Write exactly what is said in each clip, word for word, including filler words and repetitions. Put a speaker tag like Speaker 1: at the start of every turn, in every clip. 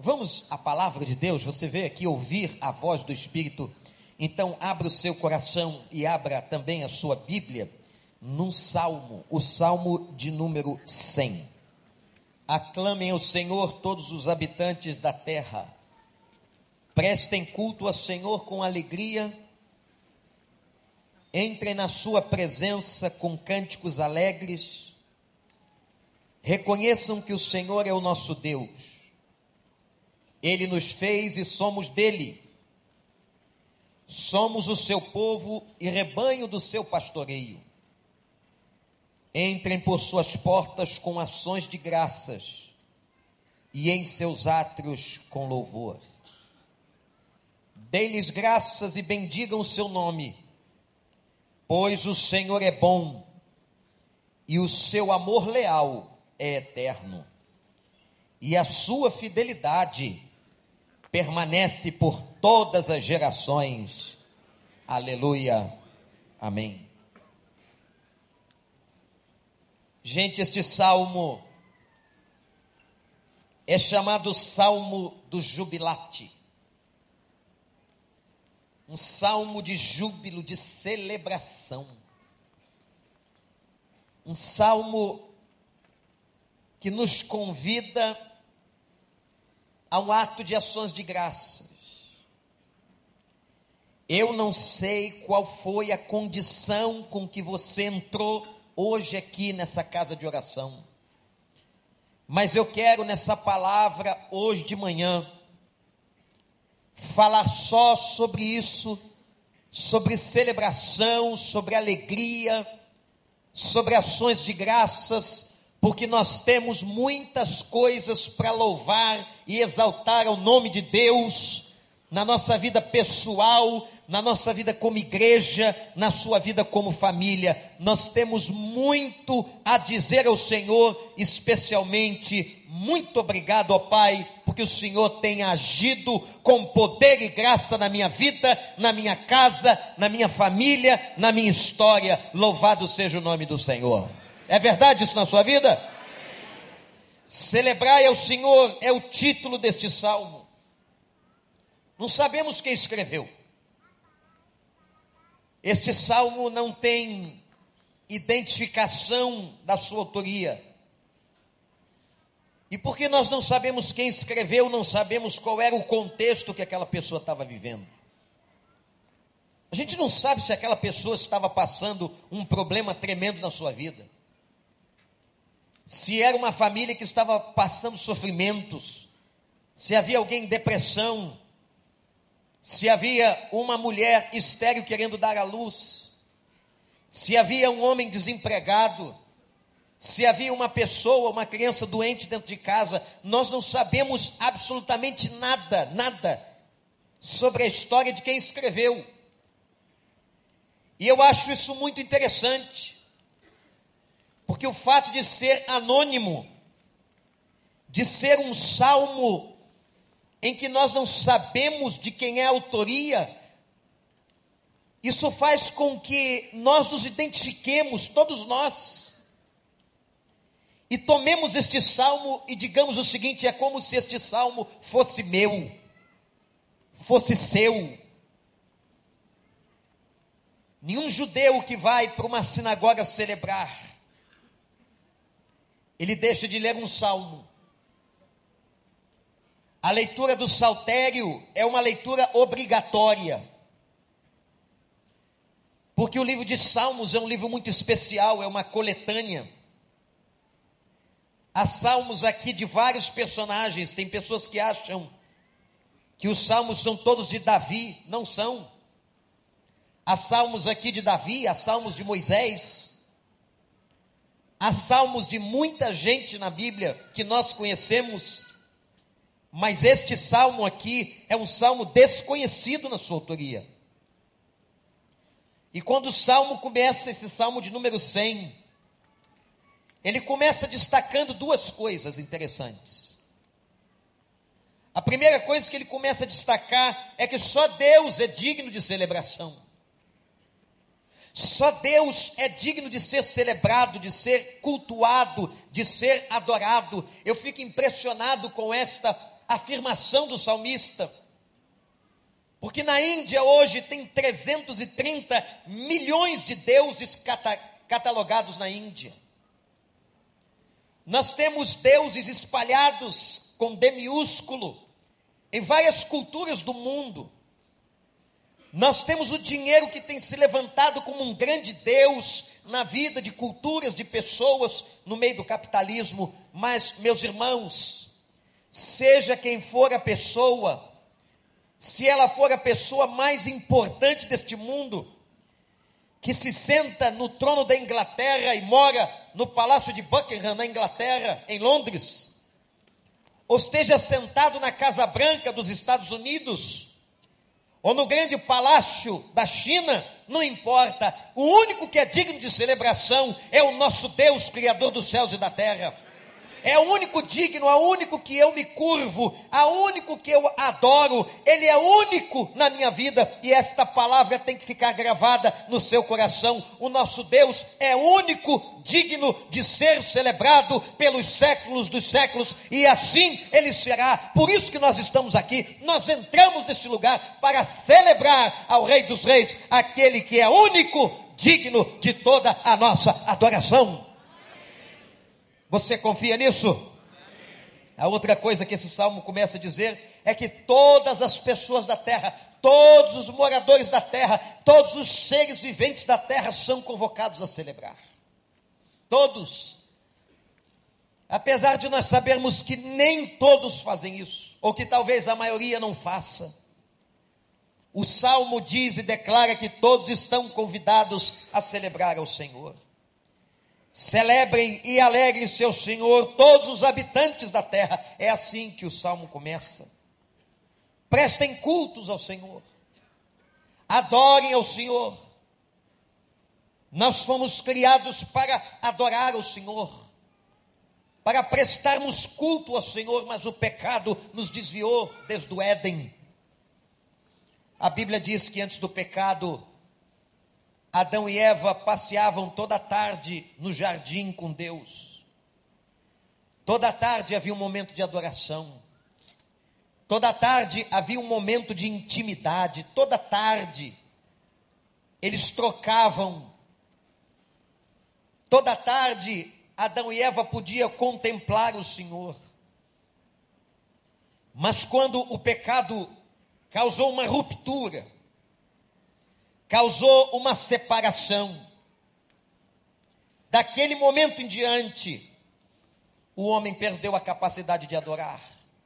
Speaker 1: Vamos à palavra de Deus. Você veio aqui ouvir a voz do Espírito. Então abra o seu coração e abra também a sua Bíblia num salmo, o salmo de número cem. Aclamem ao Senhor todos os habitantes da terra. Prestem culto ao Senhor com alegria. Entrem na sua presença com cânticos alegres. Reconheçam que o Senhor é o nosso Deus. Ele nos fez e somos dele. Somos o seu povo e rebanho do seu pastoreio. Entrem por suas portas com ações de graças e em seus átrios com louvor. Dê-lhes graças e bendigam o seu nome, pois o Senhor é bom e o seu amor leal é eterno, e a sua fidelidade permanece por todas as gerações. Aleluia. Amém. Gente, este salmo é chamado Salmo do Jubilate. Um salmo de júbilo, de celebração. Um salmo que nos convida a um ato de ações de graças. Eu não sei qual foi a condição com que você entrou hoje aqui nessa casa de oração, mas eu quero nessa palavra hoje de manhã falar só sobre isso, sobre celebração, sobre alegria, sobre ações de graças, porque nós temos muitas coisas para louvar e exaltar ao nome de Deus, na nossa vida pessoal, na nossa vida como igreja, na sua vida como família. Nós temos muito a dizer ao Senhor, especialmente, muito obrigado, ó Pai, porque o Senhor tem agido com poder e graça na minha vida, na minha casa, na minha família, na minha história. Louvado seja o nome do Senhor. É verdade isso na sua vida? Celebrai ao Senhor é o título deste salmo. Não sabemos quem escreveu. Este salmo não tem identificação da sua autoria. E porque nós não sabemos quem escreveu, não sabemos qual era o contexto que aquela pessoa estava vivendo. A gente não sabe se aquela pessoa estava passando um problema tremendo na sua vida. Se era uma família que estava passando sofrimentos, se havia alguém em depressão, se havia uma mulher estéril querendo dar à luz, se havia um homem desempregado, se havia uma pessoa, uma criança doente dentro de casa, nós não sabemos absolutamente nada, nada sobre a história de quem escreveu. E eu acho isso muito interessante, porque o fato de ser anônimo, de ser um salmo em que nós não sabemos de quem é a autoria, isso faz com que nós nos identifiquemos, todos nós, e tomemos este salmo e digamos o seguinte: é como se este salmo fosse meu, fosse seu. Nenhum judeu que vai para uma sinagoga celebrar, ele deixa de ler um salmo. A leitura do saltério é uma leitura obrigatória, porque o livro de Salmos é um livro muito especial, é uma coletânea. Há salmos aqui de vários personagens. Tem pessoas que acham que os salmos são todos de Davi, não são. Há salmos aqui de Davi, há salmos de Moisés, há salmos de muita gente na Bíblia que nós conhecemos. Mas este salmo aqui é um salmo desconhecido na sua autoria. E quando o salmo começa, esse salmo de número cem, ele começa destacando duas coisas interessantes. A primeira coisa que ele começa a destacar é que só Deus é digno de celebração. Só Deus é digno de ser celebrado, de ser cultuado, de ser adorado. Eu fico impressionado com esta afirmação do salmista, porque na Índia hoje tem trezentos e trinta milhões de deuses cata- catalogados na Índia. Nós temos deuses espalhados com D minúsculo em várias culturas do mundo. Nós temos o dinheiro que tem se levantado como um grande Deus na vida de culturas, de pessoas no meio do capitalismo. Mas, meus irmãos, seja quem for a pessoa, se ela for a pessoa mais importante deste mundo, que se senta no trono da Inglaterra e mora no Palácio de Buckingham, na Inglaterra, em Londres, ou esteja sentado na Casa Branca dos Estados Unidos, ou no grande palácio da China, não importa. O único que é digno de celebração é o nosso Deus, Criador dos céus e da terra. É o único digno, é o único que eu me curvo, é o único que eu adoro. Ele é único na minha vida, e esta palavra tem que ficar gravada no seu coração. O nosso Deus é único, digno de ser celebrado pelos séculos dos séculos, e assim Ele será. Por isso que nós estamos aqui, nós entramos neste lugar para celebrar ao Rei dos Reis, aquele que é único, digno de toda a nossa adoração. Você confia nisso? A outra coisa que esse salmo começa a dizer é que todas as pessoas da terra, todos os moradores da terra, todos os seres viventes da terra são convocados a celebrar. Todos. Apesar de nós sabermos que nem todos fazem isso, ou que talvez a maioria não faça, o salmo diz e declara que todos estão convidados a celebrar ao Senhor. Celebrem e alegrem-se ao Senhor todos os habitantes da terra. É assim que o salmo começa. Prestem cultos ao Senhor, adorem ao Senhor. Nós fomos criados para adorar ao Senhor, para prestarmos culto ao Senhor, mas o pecado nos desviou desde o Éden. A Bíblia diz que antes do pecado, Adão e Eva passeavam toda a tarde no jardim com Deus. Toda a tarde havia um momento de adoração. Toda a tarde havia um momento de intimidade. Toda a tarde eles trocavam. Toda a tarde Adão e Eva podiam contemplar o Senhor. Mas quando o pecado causou uma ruptura, causou uma separação, daquele momento em diante, o homem perdeu a capacidade de adorar.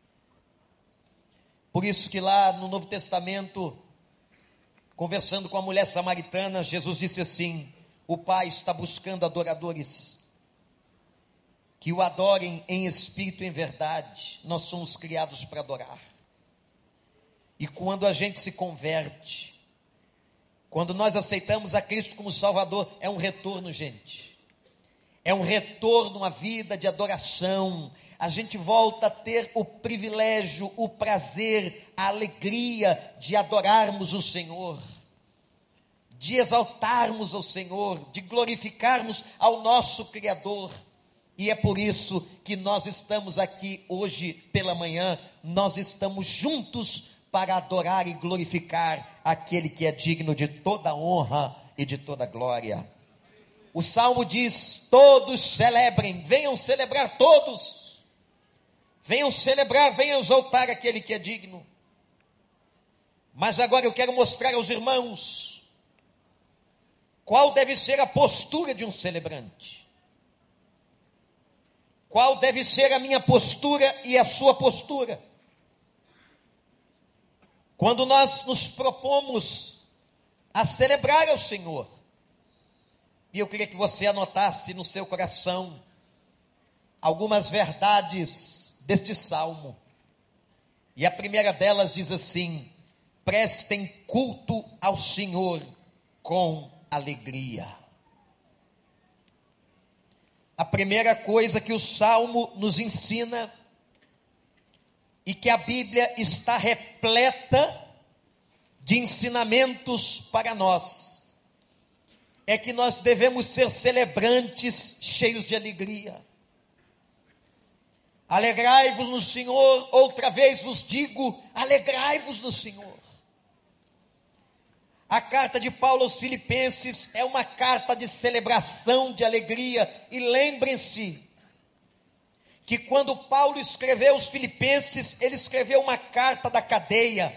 Speaker 1: Por isso que lá no Novo Testamento, conversando com a mulher samaritana, Jesus disse assim: o Pai está buscando adoradores que o adorem em espírito e em verdade. Nós somos criados para adorar. E quando a gente se converte, quando nós aceitamos a Cristo como Salvador, é um retorno, gente. É um retorno à vida de adoração. A gente volta a ter o privilégio, o prazer, a alegria de adorarmos o Senhor, de exaltarmos o Senhor, de glorificarmos ao nosso Criador. E é por isso que nós estamos aqui hoje pela manhã. Nós estamos juntos para adorar e glorificar aquele que é digno de toda honra e de toda glória. O Salmo diz: todos celebrem, venham celebrar todos, venham celebrar, venham exaltar aquele que é digno. Mas agora eu quero mostrar aos irmãos qual deve ser a postura de um celebrante, qual deve ser a minha postura e a sua postura. Quando nós nos propomos a celebrar ao Senhor, e eu queria que você anotasse no seu coração algumas verdades deste salmo. E a primeira delas diz assim: prestem culto ao Senhor com alegria. A primeira coisa que o salmo nos ensina, e que a Bíblia está repleta de ensinamentos para nós, é que nós devemos ser celebrantes cheios de alegria. Alegrai-vos no Senhor, outra vez vos digo, alegrai-vos no Senhor. A carta de Paulo aos Filipenses é uma carta de celebração, de alegria. E lembrem-se que quando Paulo escreveu aos Filipenses, ele escreveu uma carta da cadeia.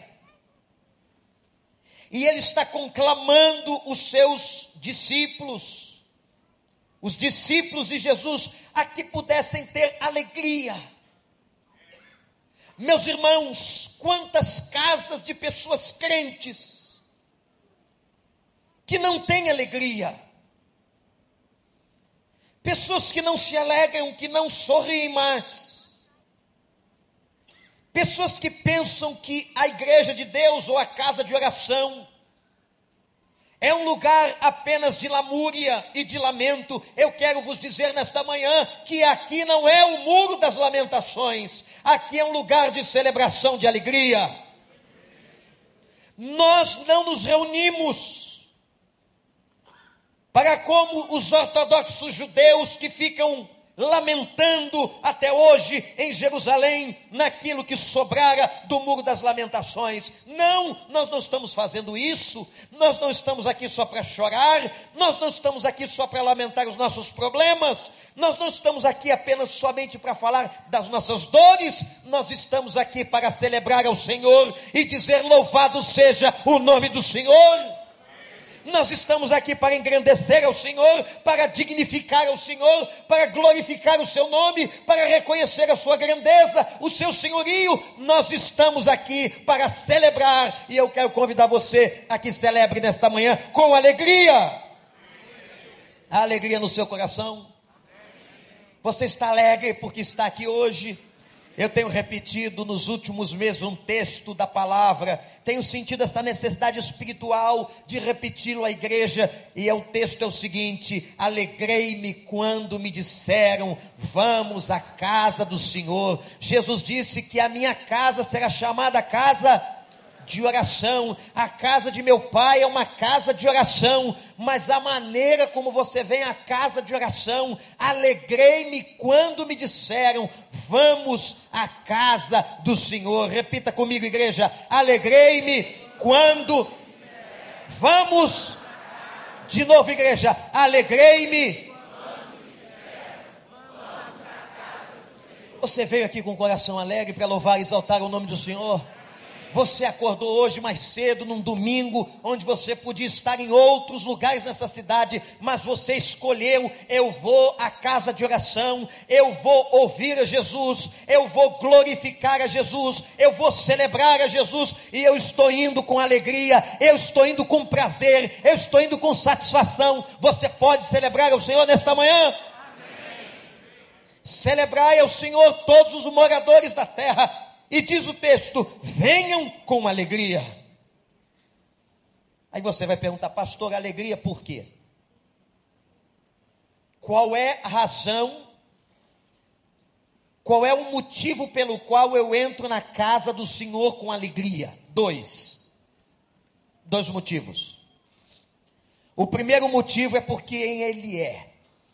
Speaker 1: E ele está conclamando os seus discípulos, os discípulos de Jesus, a que pudessem ter alegria. Meus irmãos, quantas casas de pessoas crentes que não têm alegria, pessoas que não se alegram, que não sorriem mais, pessoas que pensam que a igreja de Deus ou a casa de oração é um lugar apenas de lamúria e de lamento. Eu quero vos dizer nesta manhã que aqui não é o muro das lamentações, aqui é um lugar de celebração, de alegria. Nós não nos reunimos para, como os ortodoxos judeus que ficam lamentando até hoje em Jerusalém, naquilo que sobrara do muro das lamentações. Não, nós não estamos fazendo isso, nós não estamos aqui só para chorar, nós não estamos aqui só para lamentar os nossos problemas, nós não estamos aqui apenas somente para falar das nossas dores, nós estamos aqui para celebrar ao Senhor e dizer: louvado seja o nome do Senhor. Nós estamos aqui para engrandecer ao Senhor, para dignificar ao Senhor, para glorificar o seu nome, para reconhecer a sua grandeza, o seu senhorio. Nós estamos aqui para celebrar, e eu quero convidar você a que celebre nesta manhã com alegria. A alegria no seu coração. Você está alegre porque está aqui hoje. Eu tenho repetido nos últimos meses um texto da palavra, tenho sentido essa necessidade espiritual de repeti-lo à igreja, e o texto é o seguinte: alegrei-me quando me disseram, vamos à casa do Senhor. Jesus disse que a minha casa será chamada casa de oração. A casa de meu pai é uma casa de oração, mas a maneira como você vem à casa de oração, alegrei-me quando me disseram, vamos à casa do Senhor. Repita comigo, igreja: alegrei-me quando vamos, de novo, igreja, alegrei-me. Você veio aqui com o coração alegre para louvar e exaltar o nome do Senhor? Você acordou hoje mais cedo, num domingo, onde você podia estar em outros lugares nessa cidade, mas você escolheu: eu vou à casa de oração, eu vou ouvir a Jesus, eu vou glorificar a Jesus, eu vou celebrar a Jesus, e eu estou indo com alegria, eu estou indo com prazer, eu estou indo com satisfação. Você pode celebrar ao Senhor nesta manhã? Amém. Celebrai ao Senhor todos os moradores da terra. E diz o texto: venham com alegria. Aí você vai perguntar: pastor, alegria por quê? Qual é a razão, qual é o motivo pelo qual eu entro na casa do Senhor com alegria? Dois. Dois motivos. O primeiro motivo é porque Ele é.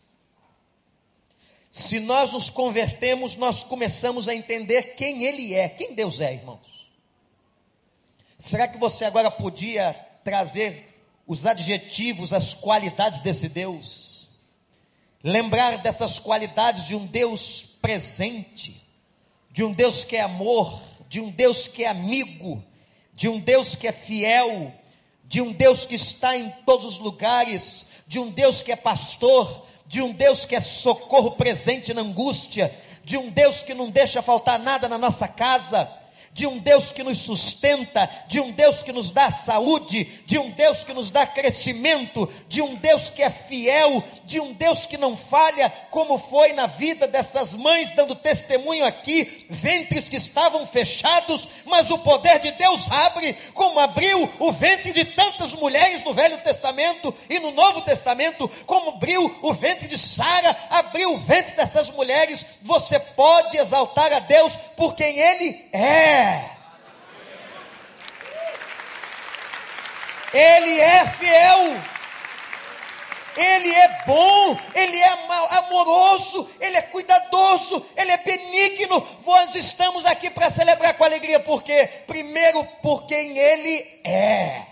Speaker 1: Se nós nos convertemos, nós começamos a entender quem Ele é, quem Deus é, irmãos. Será que você agora podia trazer os adjetivos, as qualidades desse Deus? Lembrar dessas qualidades de um Deus presente, de um Deus que é amor, de um Deus que é amigo, de um Deus que é fiel, de um Deus que está em todos os lugares, de um Deus que é pastor, de um Deus que é socorro presente na angústia, de um Deus que não deixa faltar nada na nossa casa, de um Deus que nos sustenta, de um Deus que nos dá saúde, de um Deus que nos dá crescimento, de um Deus que é fiel, de um Deus que não falha, como foi na vida dessas mães dando testemunho aqui, ventres que estavam fechados, mas o poder de Deus abre, como abriu o ventre de tantas mulheres no Velho Testamento e no Novo Testamento, como abriu o ventre de Sara, abriu o ventre dessas mulheres. Você pode exaltar a Deus por quem Ele é. Ele é fiel. Ele é bom, Ele é amoroso, Ele é cuidadoso, Ele é benigno. Nós estamos aqui para celebrar com alegria, por quê? Primeiro, por quem Ele é.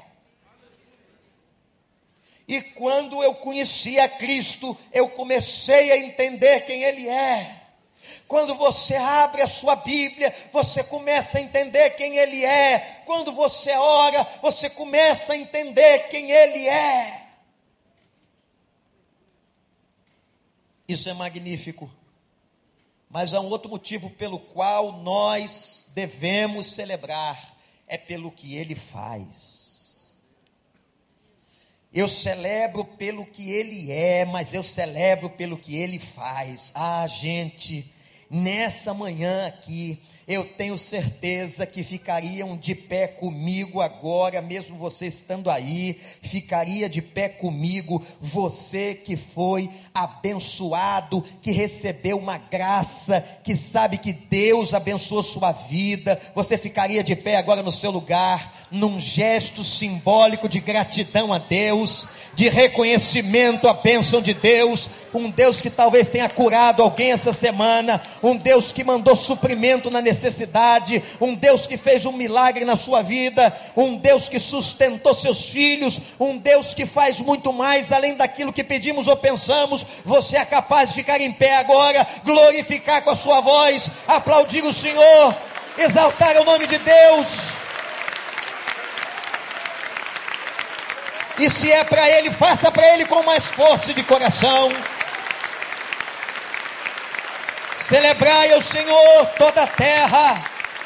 Speaker 1: E quando eu conheci a Cristo, eu comecei a entender quem Ele é. Quando você abre a sua Bíblia, você começa a entender quem Ele é. Quando você ora, você começa a entender quem Ele é. Isso é magnífico. Mas há um outro motivo pelo qual nós devemos celebrar. É pelo que Ele faz. Eu celebro pelo que Ele é, mas eu celebro pelo que Ele faz. Ah, gente, nessa manhã aqui, eu tenho certeza que ficariam de pé comigo agora, mesmo você estando aí, ficaria de pé comigo, você que foi abençoado, que recebeu uma graça, que sabe que Deus abençoou sua vida, você ficaria de pé agora no seu lugar, num gesto simbólico de gratidão a Deus, de reconhecimento à bênção de Deus, um Deus que talvez tenha curado alguém essa semana, um Deus que mandou suprimento na necessidade, um Deus que fez um milagre na sua vida, um Deus que sustentou seus filhos, um Deus que faz muito mais além daquilo que pedimos ou pensamos. Você é capaz de ficar em pé agora, glorificar com a sua voz, aplaudir o Senhor, exaltar o nome de Deus. E se é para Ele, faça para Ele com mais força de coração. Celebrai ao Senhor toda a terra.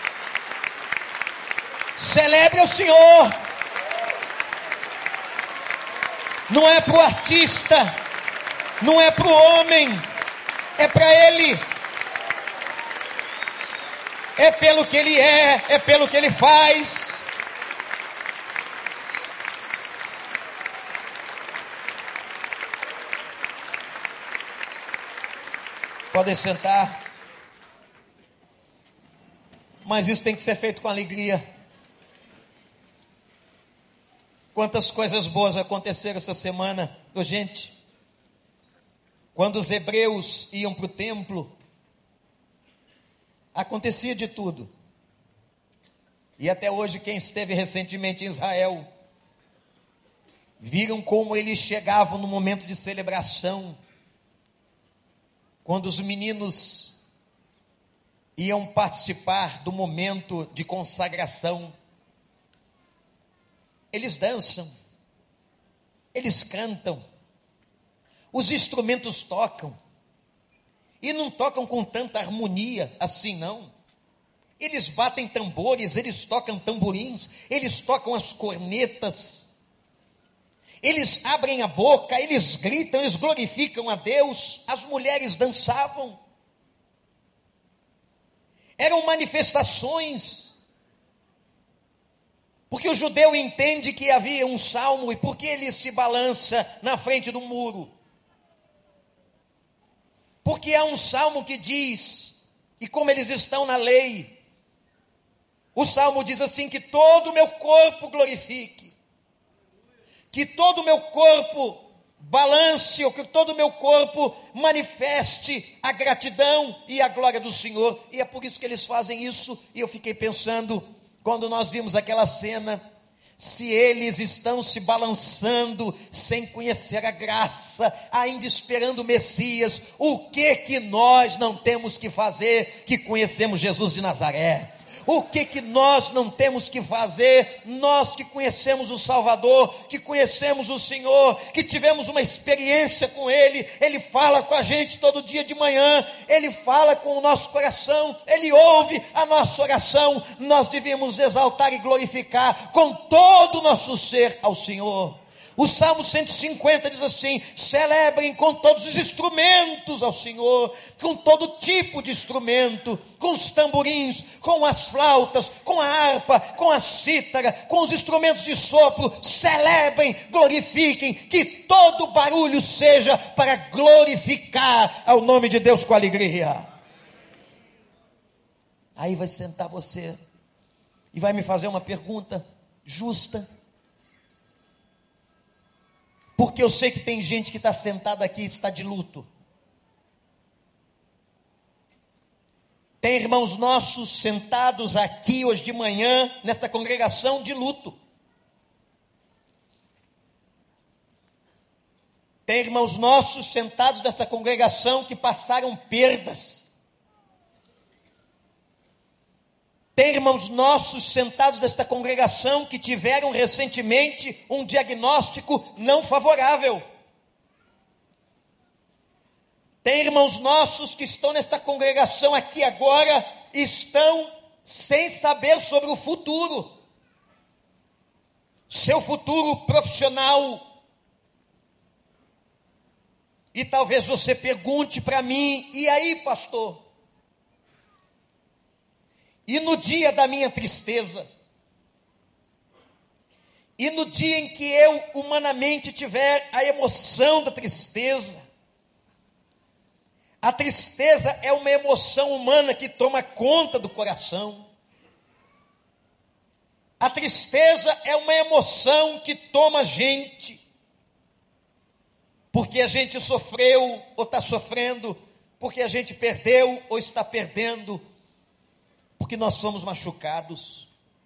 Speaker 1: Celebre ao Senhor. Não é para o artista, não é para o homem, é para Ele. É pelo que Ele é, é pelo que Ele faz. Podem sentar. Mas isso tem que ser feito com alegria. Quantas coisas boas aconteceram essa semana, oh, gente. Quando os hebreus iam para o templo, acontecia de tudo. E até hoje, quem esteve recentemente em Israel, viram como eles chegavam no momento de celebração. Quando os meninos iam participar do momento de consagração, eles dançam, eles cantam, os instrumentos tocam, e não tocam com tanta harmonia assim não. Eles batem tambores, eles tocam tamborins, eles tocam as cornetas, eles abrem a boca, eles gritam, eles glorificam a Deus. As mulheres dançavam. Eram manifestações. Porque o judeu entende que havia um salmo, e por que ele se balança na frente do muro? Porque há um salmo que diz, e como eles estão na lei, o salmo diz assim, que todo o meu corpo glorifique. Que todo o meu corpo balance, ou que todo o meu corpo manifeste a gratidão e a glória do Senhor. E é por isso que eles fazem isso. E eu fiquei pensando, quando nós vimos aquela cena, se eles estão se balançando sem conhecer a graça, ainda esperando o Messias, o que que nós não temos que fazer que conhecemos Jesus de Nazaré? O que que nós não temos que fazer, nós que conhecemos o Salvador, que conhecemos o Senhor, que tivemos uma experiência com Ele, Ele fala com a gente todo dia de manhã, Ele fala com o nosso coração, Ele ouve a nossa oração, nós devemos exaltar e glorificar com todo o nosso ser ao Senhor. O Salmo cento e cinquenta diz assim, celebrem com todos os instrumentos ao Senhor, com todo tipo de instrumento, com os tamborins, com as flautas, com a harpa, com a cítara, com os instrumentos de sopro, celebrem, glorifiquem, que todo barulho seja para glorificar ao nome de Deus com alegria. Aí vai sentar você e vai me fazer uma pergunta justa. porque eu sei que tem gente que está sentada aqui e está de luto. Tem irmãos nossos sentados aqui hoje de manhã, nesta congregação de luto. Tem irmãos nossos sentados nesta congregação que passaram perdas. Tem irmãos nossos sentados nesta congregação que tiveram recentemente um diagnóstico não favorável. Tem irmãos nossos que estão nesta congregação aqui agora, estão sem saber sobre o futuro. Seu futuro profissional. E talvez você pergunte para mim, e aí, pastor? E no dia da minha tristeza? E no dia em que eu humanamente tiver a emoção da tristeza? A tristeza é uma emoção humana que toma conta do coração. A tristeza é uma emoção que toma a gente. Porque a gente sofreu ou está sofrendo, porque a gente perdeu ou está perdendo, porque nós somos machucados.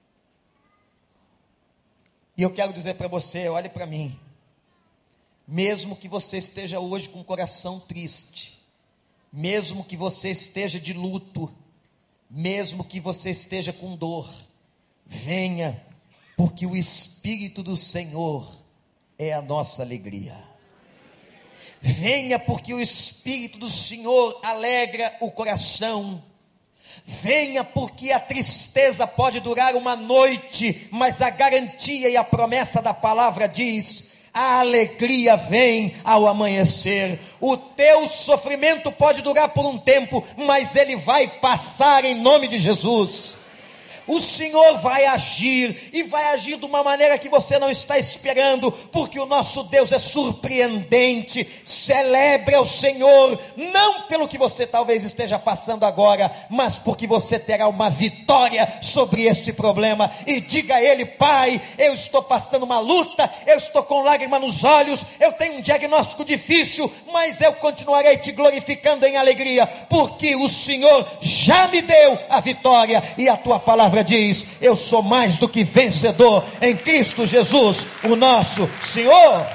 Speaker 1: E eu quero dizer para você, olhe para mim, mesmo que você esteja hoje com o coração triste, mesmo que você esteja de luto, mesmo que você esteja com dor, venha, porque o Espírito do Senhor é a nossa alegria. Venha, porque o Espírito do Senhor alegra o coração. Venha, porque a tristeza pode durar uma noite, mas a garantia e a promessa da palavra diz: a alegria vem ao amanhecer. O teu sofrimento pode durar por um tempo, mas ele vai passar em nome de Jesus. O Senhor vai agir, e vai agir de uma maneira que você não está esperando, porque o nosso Deus é surpreendente. Celebre ao Senhor, não pelo que você talvez esteja passando agora, mas porque você terá uma vitória sobre este problema, e diga a Ele: Pai, eu estou passando uma luta, eu estou com lágrima nos olhos, eu tenho um diagnóstico difícil, mas eu continuarei te glorificando em alegria, porque o Senhor já me deu a vitória, e a tua palavra diz: eu sou mais do que vencedor em Cristo Jesus, o nosso Senhor.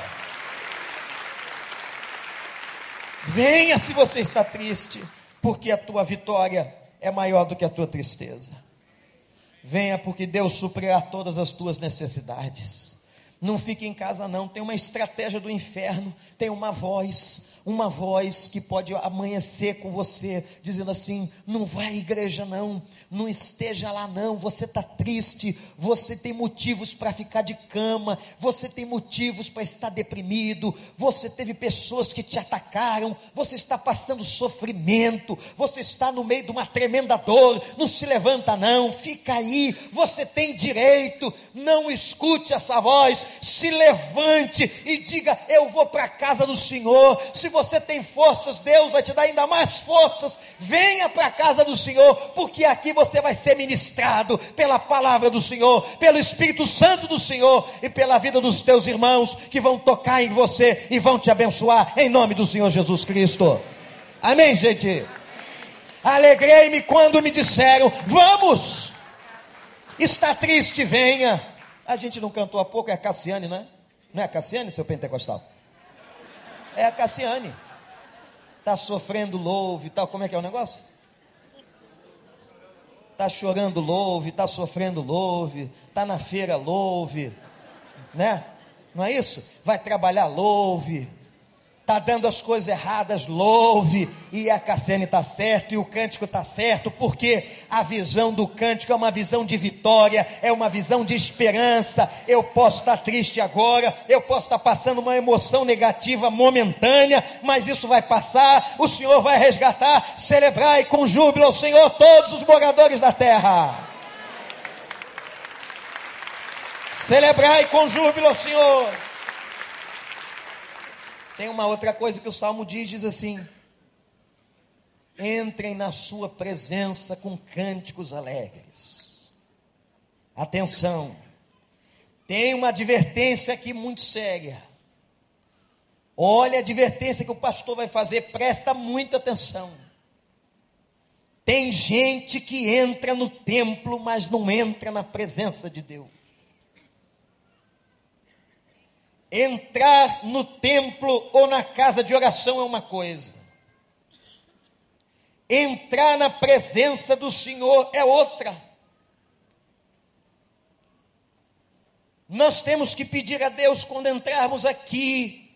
Speaker 1: Venha se você está triste, porque a tua vitória é maior do que a tua tristeza. Venha, porque Deus suprirá todas as tuas necessidades. Não fique em casa não, tem uma estratégia do inferno, tem uma voz, uma voz que pode amanhecer com você, dizendo assim: não vai à igreja não, não esteja lá não, você está triste, você tem motivos para ficar de cama, você tem motivos para estar deprimido, você teve pessoas que te atacaram, você está passando sofrimento, você está no meio de uma tremenda dor, não se levanta não, fica aí, você tem direito, não escute essa voz, se levante e diga: eu vou para a casa do Senhor. Se você tem forças, Deus vai te dar ainda mais forças. Venha para a casa do Senhor, porque aqui você vai ser ministrado pela palavra do Senhor, pelo Espírito Santo do Senhor e pela vida dos teus irmãos, que vão tocar em você e vão te abençoar em nome do Senhor Jesus Cristo. Amém, gente? Alegrei-me quando me disseram: vamos. Está triste, venha. A gente não cantou há pouco, é a Cassiane, não é? Não é a Cassiane, seu pentecostal? É a Cassiane. Está sofrendo, louve e tal. Como é que é o negócio? Está chorando, louve. Está sofrendo, louve. Está na feira, louve. Né? Não é isso? Vai trabalhar, louve. Está dando as coisas erradas, louve. E a Cassiane está certo, e o cântico está certo, porque a visão do cântico é uma visão de vitória, é uma visão de esperança. Eu posso estar triste agora, eu posso estar passando uma emoção negativa momentânea, mas isso vai passar, o Senhor vai resgatar. Celebrai com júbilo ao Senhor todos os moradores da terra. Celebrai com júbilo ao Senhor. Tem uma outra coisa que o Salmo diz, diz assim: entrem na sua presença com cânticos alegres. Atenção, tem uma advertência aqui muito séria. Olha a advertência que o pastor vai fazer, presta muita atenção. Tem gente que entra no templo, mas não entra na presença de Deus. Entrar no templo ou na casa de oração é uma coisa. Entrar na presença do Senhor é outra. Nós temos que pedir a Deus quando entrarmos aqui,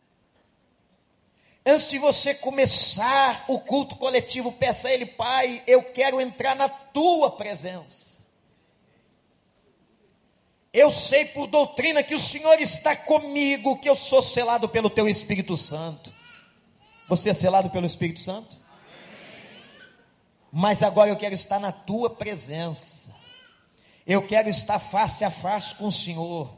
Speaker 1: antes de você começar o culto coletivo, peça a Ele: Pai, eu quero entrar na Tua presença. Eu sei por doutrina que o Senhor está comigo, que eu sou selado pelo Teu Espírito Santo. Você é selado pelo Espírito Santo? Amém. Mas agora eu quero estar na Tua presença. Eu quero estar face a face com o Senhor.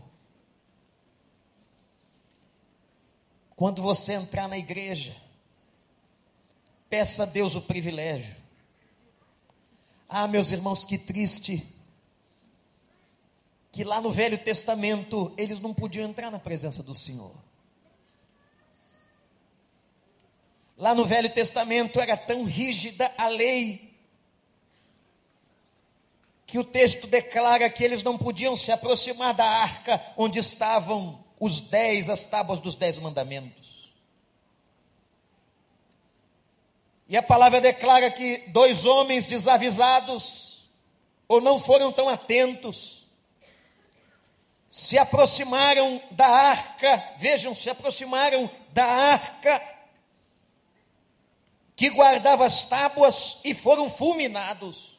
Speaker 1: Quando você entrar na igreja, peça a Deus o privilégio. Ah, meus irmãos, que triste, que lá no Velho Testamento, eles não podiam entrar na presença do Senhor. Lá no Velho Testamento era tão rígida a lei, que o texto declara que eles não podiam se aproximar da arca onde estavam os dez, as tábuas dos dez mandamentos. E a palavra declara que dois homens desavisados, ou não foram tão atentos, se aproximaram da arca, vejam, se aproximaram da arca, que guardava as tábuas, e foram fulminados.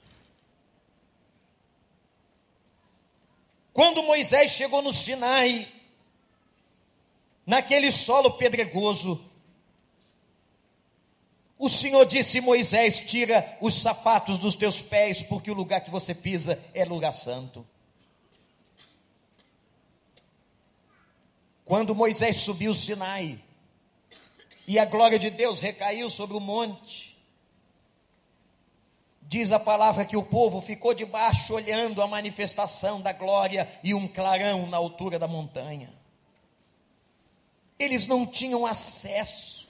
Speaker 1: Quando Moisés chegou no Sinai, naquele solo pedregoso, o Senhor disse: Moisés, tira os sapatos dos teus pés, porque o lugar que você pisa é lugar santo. Quando Moisés subiu o Sinai, e a glória de Deus recaiu sobre o monte, diz a palavra que o povo ficou debaixo olhando a manifestação da glória e um clarão na altura da montanha. Eles não tinham acesso.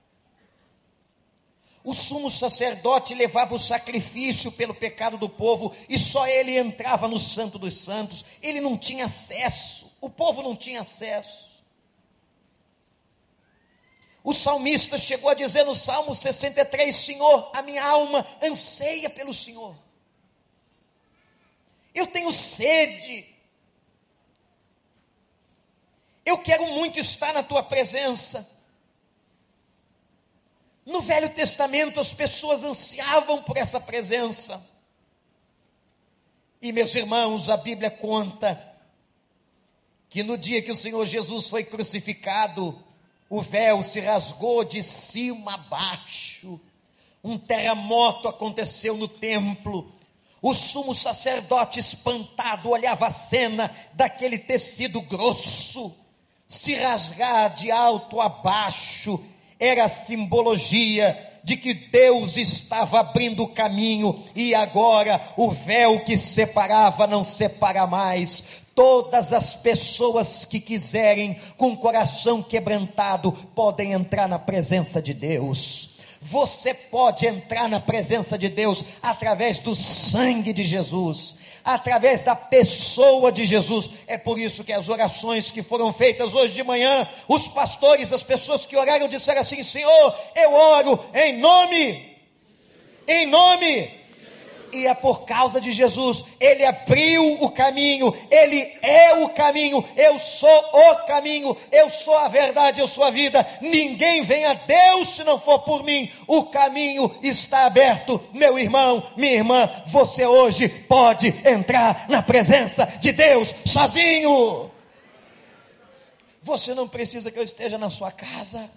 Speaker 1: O sumo sacerdote levava o sacrifício pelo pecado do povo e só ele entrava no Santo dos Santos. Ele não tinha acesso, o povo não tinha acesso. O salmista chegou a dizer no Salmo sessenta e três: Senhor, a minha alma anseia pelo Senhor. Eu tenho sede. Eu quero muito estar na Tua presença. No Velho Testamento as pessoas ansiavam por essa presença. E meus irmãos, a Bíblia conta que no dia que o Senhor Jesus foi crucificado, o véu se rasgou de cima a baixo, um terremoto aconteceu no templo, o sumo sacerdote espantado olhava a cena daquele tecido grosso se rasgar de alto a baixo. Era a simbologia de que Deus estava abrindo o caminho, e agora o véu que separava não separa mais. Todas as pessoas que quiserem, com o coração quebrantado, podem entrar na presença de Deus. Você pode entrar na presença de Deus através do sangue de Jesus, através da pessoa de Jesus. É por isso que as orações que foram feitas hoje de manhã, os pastores, as pessoas que oraram, disseram assim: Senhor, eu oro em nome, em nome. E é por causa de Jesus. Ele abriu o caminho, Ele é o caminho, eu sou o caminho, eu sou a verdade, eu sou a vida. Ninguém vem a Deus se não for por mim. O caminho está aberto. Meu irmão, minha irmã, você hoje pode entrar na presença de Deus sozinho. Você não precisa que eu esteja na sua casa.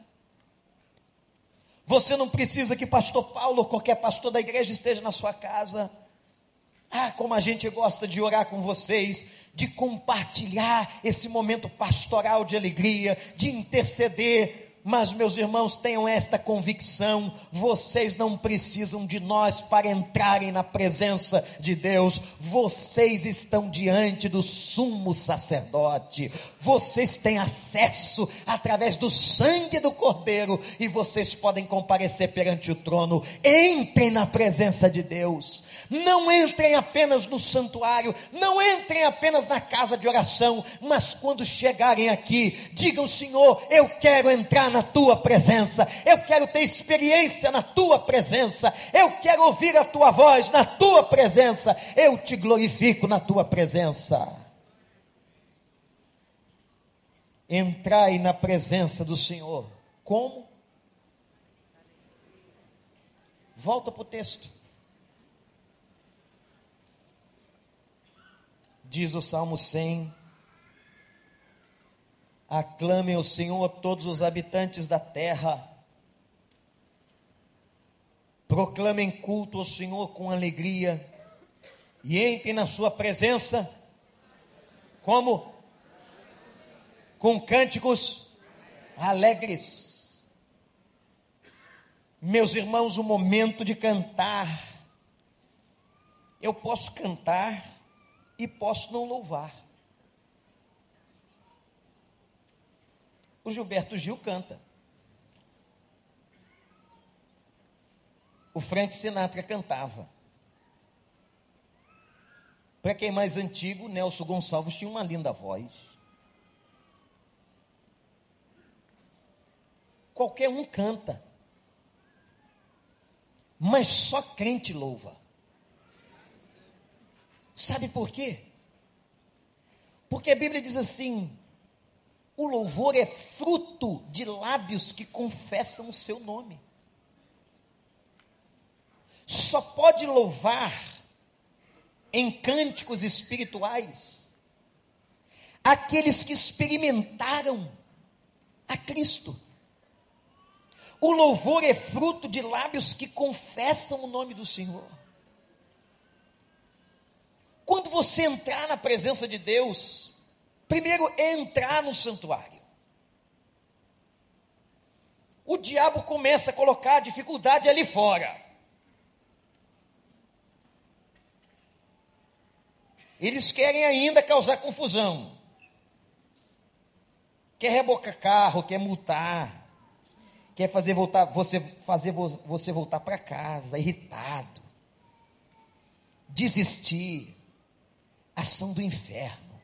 Speaker 1: Você não precisa que pastor Paulo ou qualquer pastor da igreja esteja na sua casa. Ah, como a gente gosta de orar com vocês, de compartilhar esse momento pastoral de alegria, de interceder. Mas, meus irmãos, tenham esta convicção: vocês não precisam de nós para entrarem na presença de Deus. Vocês estão diante do sumo sacerdote. Vocês têm acesso através do sangue do Cordeiro, e vocês podem comparecer perante o trono. Entrem na presença de Deus. Não entrem apenas no santuário, não entrem apenas na casa de oração, mas quando chegarem aqui, digam: Senhor, eu quero entrar na tua presença, eu quero ter experiência na tua presença, eu quero ouvir a tua voz na tua presença, eu te glorifico na tua presença. Entrai na presença do Senhor. Como? Volta para o texto. Diz o Salmo cem: aclamem o Senhor todos os habitantes da terra, proclamem culto ao Senhor com alegria, e entrem na sua presença, como? Com cânticos alegres. Meus irmãos, o momento de cantar, eu posso cantar e posso não louvar. O Gilberto Gil canta. O Frank Sinatra cantava. Para quem é mais antigo, Nelson Gonçalves tinha uma linda voz. Qualquer um canta. Mas só crente louva. Sabe por quê? Porque a Bíblia diz assim: o louvor é fruto de lábios que confessam o seu nome. Só pode louvar em cânticos espirituais aqueles que experimentaram a Cristo. O louvor é fruto de lábios que confessam o nome do Senhor. Quando você entrar na presença de Deus, primeiro é entrar no santuário. O diabo começa a colocar a dificuldade ali fora. Eles querem ainda causar confusão. Quer rebocar carro, quer multar, quer fazer voltar, você, fazer você voltar para casa irritado, desistir. Ação do inferno.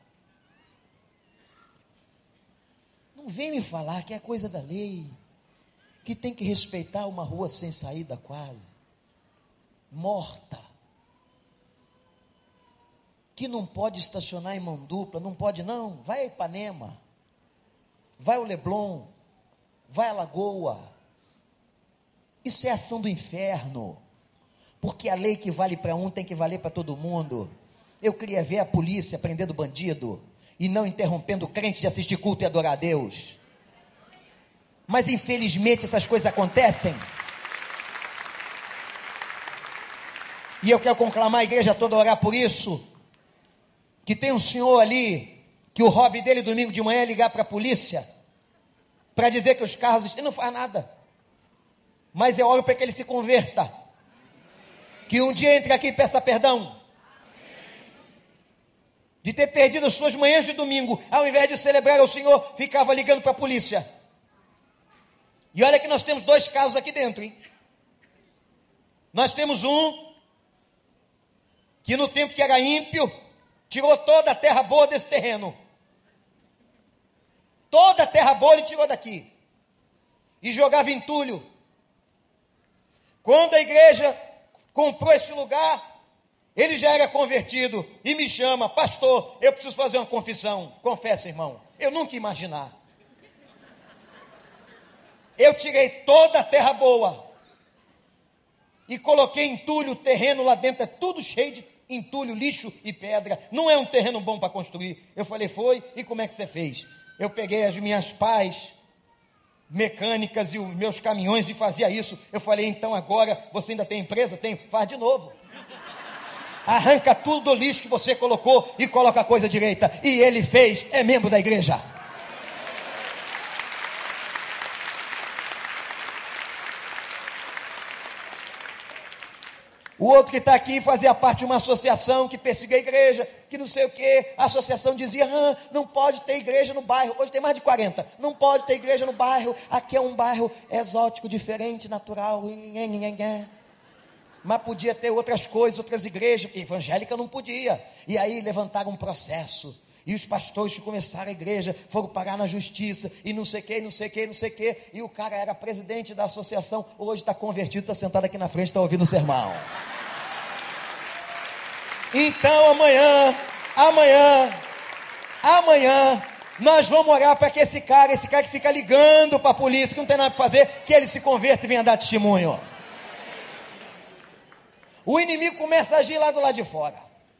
Speaker 1: Não vem me falar que é coisa da lei, que tem que respeitar uma rua sem saída quase, morta, que não pode estacionar em mão dupla, não pode não, vai a Ipanema, vai ao Leblon, vai à Lagoa. Isso é ação do inferno, porque a lei que vale para um tem que valer para todo mundo. Eu queria ver a polícia prendendo bandido e não interrompendo o crente de assistir culto e adorar a Deus. Mas infelizmente essas coisas acontecem. E eu quero conclamar a igreja toda a orar por isso. Que tem um senhor ali, que o hobby dele domingo de manhã é ligar para a polícia, para dizer que os carros, ele não faz nada. Mas eu oro para que ele se converta. Que um dia entre aqui e peça perdão. De ter perdido as suas manhãs de domingo, ao invés de celebrar ao Senhor, ficava ligando para a polícia. E olha que nós temos dois casos aqui dentro, hein? Nós temos um, que no tempo que era ímpio, tirou toda a terra boa desse terreno. Toda a terra boa ele tirou daqui. E jogava entulho. Quando a igreja comprou esse lugar, ele já era convertido e me chama: pastor, eu preciso fazer uma confissão. Confessa, irmão, eu nunca ia imaginar. Eu tirei toda a terra boa e coloquei entulho, o terreno lá dentro é tudo cheio de entulho, lixo e pedra. Não é um terreno bom para construir. Eu falei: foi, e como é que você fez? Eu peguei as minhas pás mecânicas e os meus caminhões e fazia isso. Eu falei: então agora você ainda tem empresa? Tem, faz de novo. Arranca tudo do lixo que você colocou e coloca a coisa direita. E ele fez, é membro da igreja. O outro que está aqui fazia parte de uma associação que perseguia a igreja, que não sei o que. A associação dizia, ah, não pode ter igreja no bairro. Hoje tem mais de quarenta. Não pode ter igreja no bairro. Aqui é um bairro exótico, diferente, natural. Mas podia ter outras coisas, outras igrejas. Evangélica não podia. E aí levantaram um processo. E os pastores que começaram a igreja foram parar na justiça. E não sei o que, não sei o que, não sei o que. E o cara era presidente da associação. Hoje está convertido, está sentado aqui na frente, está ouvindo o sermão. Então amanhã, amanhã, amanhã, nós vamos orar para que esse cara, esse cara que fica ligando para a polícia, que não tem nada para fazer, que ele se converta e venha dar testemunho. O inimigo começa a agir lá do lado de fora.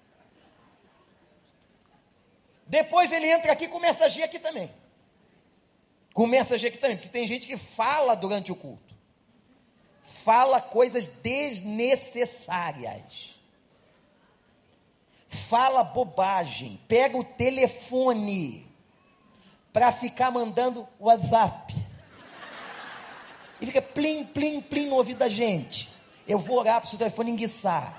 Speaker 1: Depois ele entra aqui e começa a agir aqui também. Começa a agir aqui também, porque tem gente que fala durante o culto. Fala coisas desnecessárias. Fala bobagem. Pega o telefone para ficar mandando WhatsApp. E fica plim, plim, plim no ouvido da gente. Eu vou orar para o seu telefone enguiçar.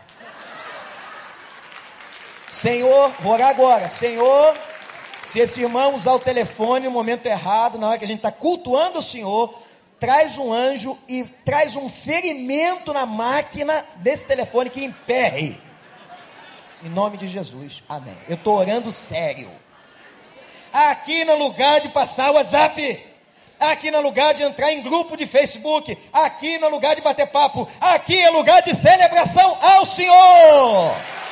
Speaker 1: Senhor, vou orar agora. Senhor, se esse irmão usar o telefone no momento errado, na hora que a gente está cultuando o Senhor, traz um anjo e traz um ferimento na máquina desse telefone que emperre. Em nome de Jesus, amém. Eu estou orando sério. Aqui no lugar de passar o WhatsApp, aqui no lugar de entrar em grupo de Facebook, aqui no lugar de bater papo, aqui é lugar de celebração ao Senhor.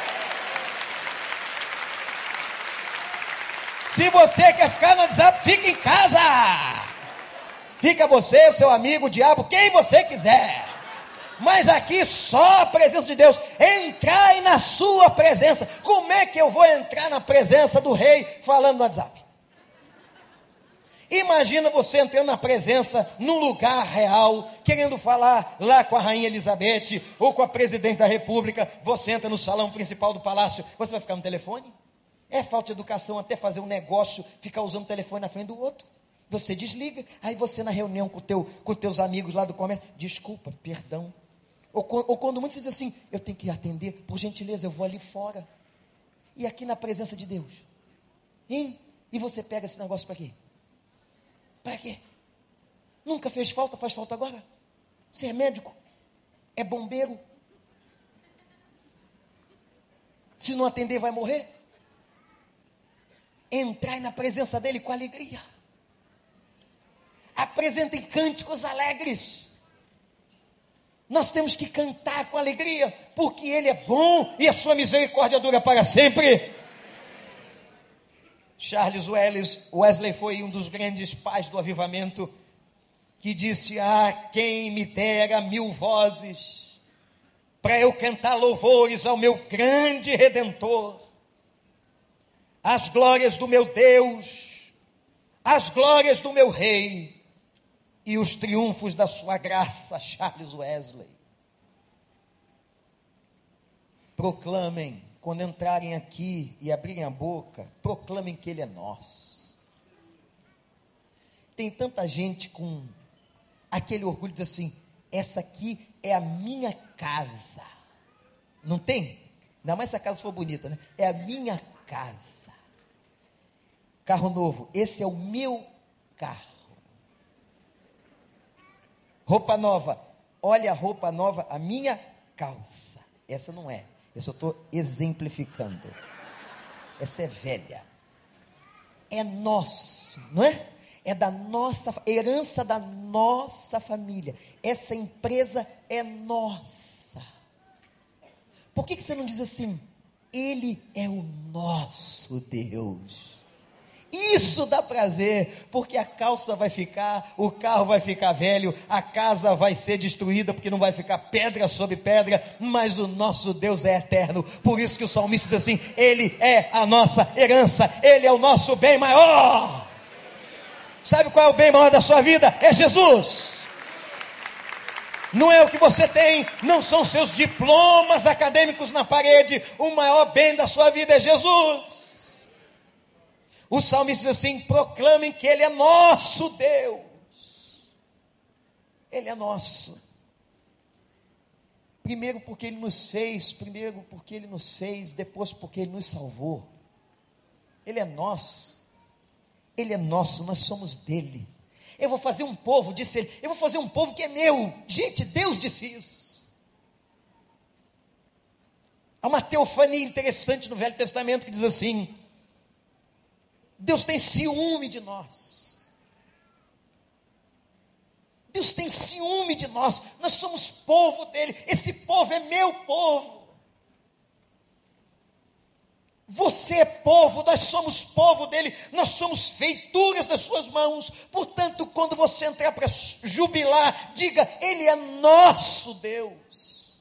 Speaker 1: Se você quer ficar no WhatsApp, fica em casa. Fica você, o seu amigo, o diabo, quem você quiser. Mas aqui só a presença de Deus. Entrai na sua presença. Como é que eu vou entrar na presença do rei falando no WhatsApp? Imagina você entrando na presença, num lugar real, querendo falar lá com a rainha Elizabeth, ou com a presidente da república. Você entra no salão principal do palácio, você vai ficar no telefone? É falta de educação até fazer um negócio, ficar usando o telefone na frente do outro. Você desliga, aí você na reunião com teu, com teus amigos lá do comércio, desculpa, perdão. Ou, ou quando muitos dizem assim, eu tenho que atender, por gentileza, eu vou ali fora. E aqui na presença de Deus. Hein? E você pega esse negócio para quê? Para quê? Nunca fez falta, faz falta agora? Ser médico? É bombeiro? Se não atender vai morrer? Entrai na presença dele com alegria. Apresentem cânticos alegres. Nós temos que cantar com alegria, porque Ele é bom e a sua misericórdia dura para sempre. Charles Wesley foi um dos grandes pais do avivamento, que disse, ah, quem me dera mil vozes, para eu cantar louvores ao meu grande Redentor, as glórias do meu Deus, as glórias do meu Rei, e os triunfos da sua graça. Charles Wesley. Proclamem, quando entrarem aqui e abrirem a boca, proclamem que Ele é nosso. Tem tanta gente com aquele orgulho de dizer assim, essa aqui é a minha casa. Não tem? Ainda mais se a casa for bonita, né? É a minha casa. Carro novo, esse é o meu carro. Roupa nova, olha a roupa nova, a minha calça. Essa não é, eu só estou exemplificando. Essa é velha. É nosso, não é? É da nossa, herança da nossa família. Essa empresa é nossa. Por que que você não diz assim? Ele é o nosso Deus. Isso dá prazer, porque a calça vai ficar, o carro vai ficar velho, a casa vai ser destruída, porque não vai ficar pedra sobre pedra, mas o nosso Deus é eterno. Por isso que o salmista diz assim, Ele é a nossa herança, Ele é o nosso bem maior. Sabe qual é o bem maior da sua vida? É Jesus. Não é o que você tem, não são seus diplomas acadêmicos na parede, o maior bem da sua vida é Jesus. O salmista diz assim, proclamem que Ele é nosso Deus. Ele é nosso. Primeiro porque Ele nos fez, primeiro porque Ele nos fez, depois porque Ele nos salvou. Ele é nosso, Ele é nosso, nós somos dele. Eu vou fazer um povo, disse ele, eu vou fazer um povo que é meu. Gente, Deus disse isso. Há uma teofania interessante no Velho Testamento que diz assim: Deus tem ciúme de nós. Deus tem ciúme de nós, nós somos povo dele, esse povo é meu povo. Você é povo, nós somos povo dele, nós somos feituras das suas mãos. Portanto, quando você entrar para jubilar, diga: Ele é nosso Deus.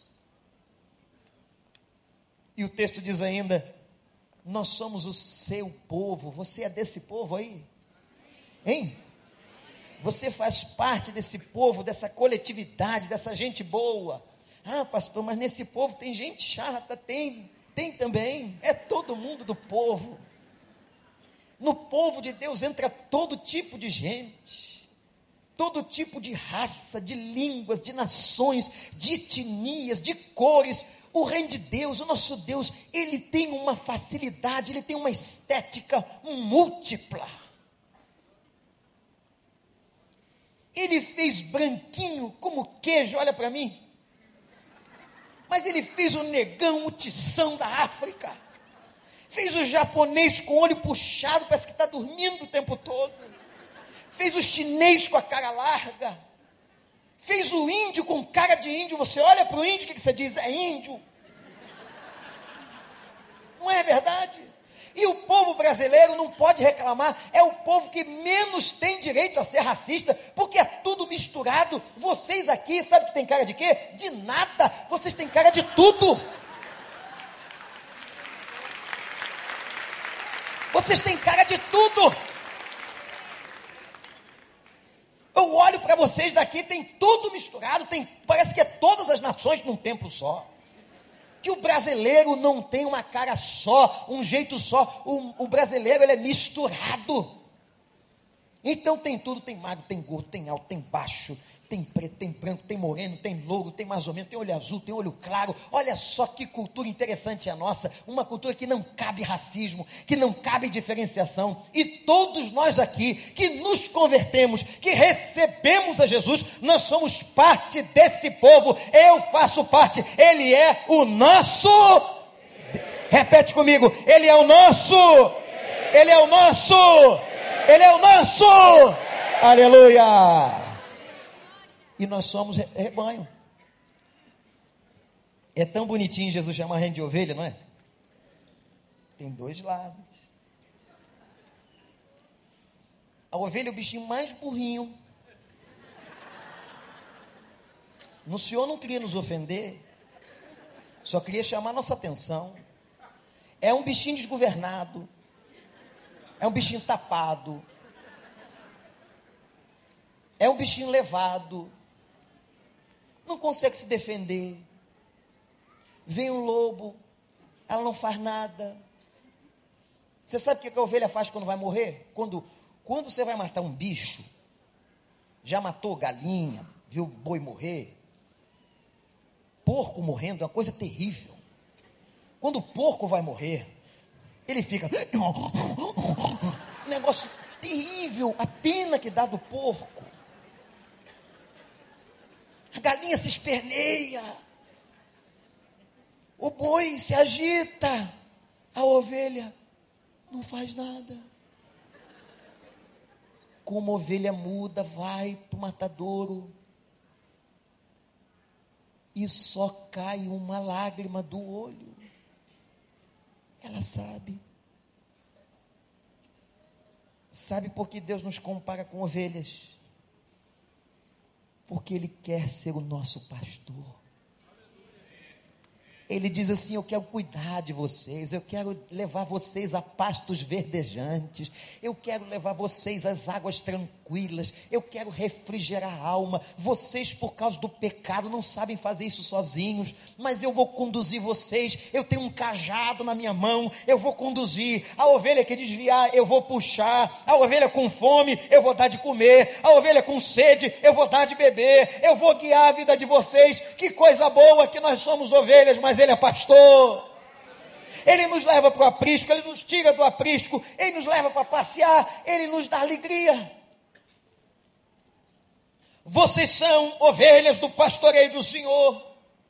Speaker 1: E o texto diz ainda: nós somos o seu povo. Você é desse povo aí? Hein? Você faz parte desse povo, dessa coletividade, dessa gente boa. Ah, pastor, mas nesse povo tem gente chata, tem... Tem também, é todo mundo do povo. No povo de Deus entra todo tipo de gente, todo tipo de raça, de línguas, de nações, de etnias, de cores. O reino de Deus, o nosso Deus, ele tem uma facilidade, ele tem uma estética múltipla. Ele fez branquinho como queijo, olha para mim. Mas ele fez o negão, o tição da África. Fez o japonês com o olho puxado, parece que está dormindo o tempo todo. Fez o chinês com a cara larga. Fez o índio com cara de índio. Você olha para o índio, o que você diz? É índio. Não é verdade? E o povo brasileiro não pode reclamar, é o povo que menos tem direito a ser racista, porque é tudo misturado. Vocês aqui, sabe que tem cara de quê? De nada, vocês têm cara de tudo. Vocês têm cara de tudo. Eu olho para vocês daqui, tem tudo misturado, tem, parece que é todas as nações num templo só. Que o brasileiro não tem uma cara só, um jeito só. O, o brasileiro, ele é misturado. Então tem tudo, tem magro, tem gordo, tem alto, tem baixo, tem preto, tem branco, tem moreno, tem louro, tem mais ou menos, tem olho azul, tem olho claro. Olha só que cultura interessante é a nossa, uma cultura que não cabe racismo, que não cabe diferenciação. E todos nós aqui, que nos convertemos, que recebemos a Jesus, nós somos parte desse povo. Eu faço parte, Ele é o nosso. Repete comigo: Ele é o nosso. Ele é o nosso. Ele é o nosso. Aleluia. E nós somos rebanho. É tão bonitinho Jesus chamar a gente de ovelha, não é? Tem dois lados. A ovelha é o bichinho mais burrinho. O Senhor não queria nos ofender, só queria chamar nossa atenção. É um bichinho desgovernado, é um bichinho tapado, é um bichinho levado, não consegue se defender. Vem um lobo, ela não faz nada. Você sabe o que a ovelha faz quando vai morrer? Quando, quando você vai matar um bicho, já matou galinha, viu boi morrer, porco morrendo é uma coisa terrível. Quando o porco vai morrer, ele fica... um negócio terrível, a pena que dá do porco. A galinha se esperneia, o boi se agita, a ovelha não faz nada. Como ovelha muda, vai para o matadouro e só cai uma lágrima do olho. Ela sabe. Sabe por que Deus nos compara com ovelhas? Porque Ele quer ser o nosso pastor. Ele diz assim: eu quero cuidar de vocês, eu quero levar vocês a pastos verdejantes, eu quero levar vocês às águas tranquilas, eu quero refrigerar a alma. Vocês, por causa do pecado, não sabem fazer isso sozinhos, mas eu vou conduzir vocês. Eu tenho um cajado na minha mão, eu vou conduzir. A ovelha que desviar, eu vou puxar. A ovelha com fome, eu vou dar de comer. A ovelha com sede, eu vou dar de beber. Eu vou guiar a vida de vocês. Que coisa boa que nós somos ovelhas, mas Ele é pastor. Ele nos leva para o aprisco, Ele nos tira do aprisco, Ele nos leva para passear, Ele nos dá alegria. Vocês são ovelhas do pastoreio do Senhor.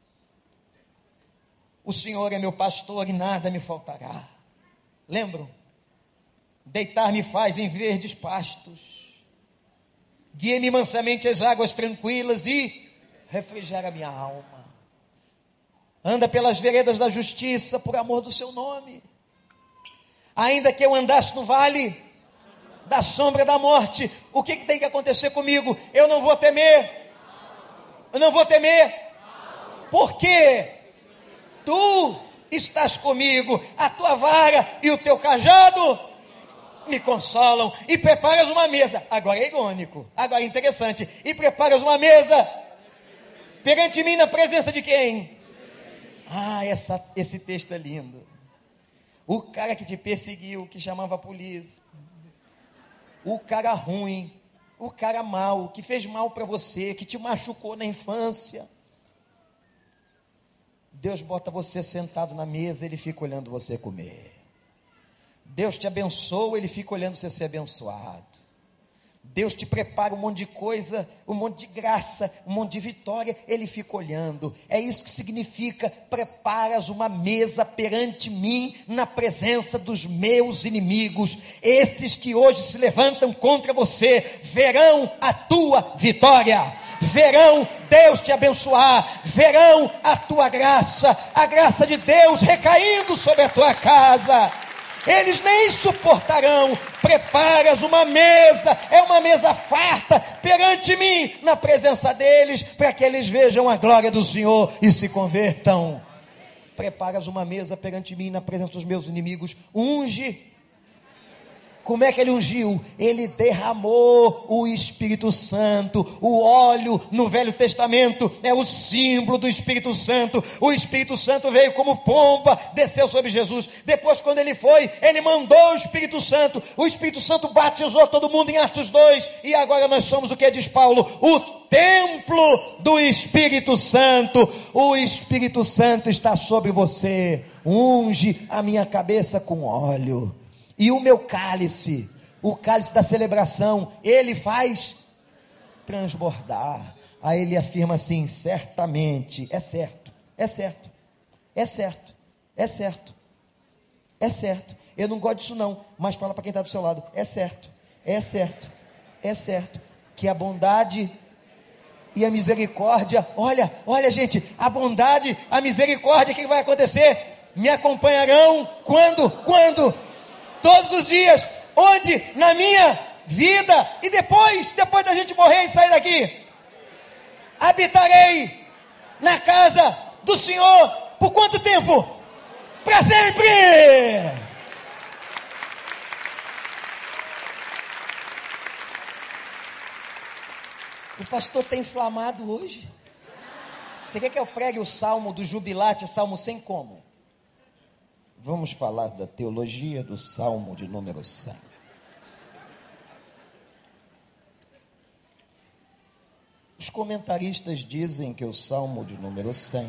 Speaker 1: O Senhor é meu pastor e nada me faltará. Lembram? Deitar-me faz em verdes pastos, guia-me mansamente às águas tranquilas e refrigera minha alma. Anda pelas veredas da justiça, por amor do seu nome. Ainda que eu andasse no vale da sombra da morte, o que, que tem que acontecer comigo? Eu não vou temer. Eu não vou temer. Porque tu estás comigo, a tua vara e o teu cajado me consolam. E preparas uma mesa. Agora é irônico, agora é interessante. E preparas uma mesa perante mim na presença de quem? Ah, essa, esse texto é lindo. O cara que te perseguiu, que chamava a polícia, o cara ruim, o cara mau, que fez mal para você, que te machucou na infância, Deus bota você sentado na mesa, Ele fica olhando você comer. Deus te abençoa, Ele fica olhando você ser abençoado. Deus te prepara um monte de coisa, um monte de graça, um monte de vitória, Ele fica olhando. É isso que significa: preparas uma mesa perante mim, na presença dos meus inimigos. Esses que hoje se levantam contra você, verão a tua vitória, verão Deus te abençoar, verão a tua graça, a graça de Deus recaindo sobre a tua casa. Eles nem suportarão. Preparas uma mesa, é uma mesa farta perante mim, na presença deles, para que eles vejam a glória do Senhor e se convertam. Preparas uma mesa perante mim, na presença dos meus inimigos. Unge. Como é que Ele ungiu? Ele derramou o Espírito Santo. O óleo no Velho Testamento é o símbolo do Espírito Santo. O Espírito Santo veio como pomba, desceu sobre Jesus. Depois, quando Ele foi, Ele mandou o Espírito Santo. O Espírito Santo batizou todo mundo em Atos dois. E agora nós somos o que diz Paulo? O templo do Espírito Santo. O Espírito Santo está sobre você. Unge a minha cabeça com óleo. E o meu cálice, o cálice da celebração, Ele faz transbordar. Aí Ele afirma assim: certamente, é certo, é certo, é certo, é certo, é certo. Eu não gosto disso não, mas fala para quem está do seu lado: é certo, é certo, é certo, que a bondade e a misericórdia, olha, olha gente, a bondade, a misericórdia, o que vai acontecer? Me acompanharão quando? Quando? Todos os dias. Onde? Na minha vida. E depois, depois da gente morrer e sair daqui, habitarei na casa do Senhor. Por quanto tempo? Para sempre. O pastor está inflamado hoje. Você quer que eu pregue o salmo do jubilate, salmo cem como? Vamos falar da teologia do salmo de número cem. Os comentaristas dizem que o salmo de número cem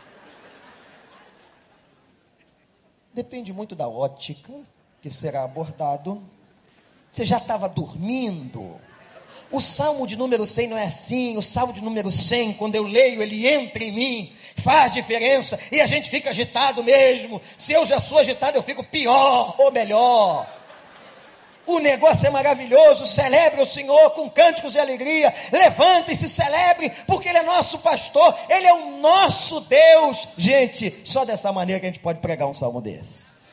Speaker 1: depende muito da ótica que será abordado. Você já estava dormindo? O salmo de número cem não é assim. O salmo de número cem, quando eu leio, ele entra em mim, faz diferença, e a gente fica agitado mesmo. Se eu já sou agitado, eu fico pior ou melhor. O negócio é maravilhoso. Celebre o Senhor com cânticos de alegria. Levante e se celebre, porque Ele é nosso pastor, Ele é o nosso Deus. Gente, só dessa maneira que a gente pode pregar um salmo desse.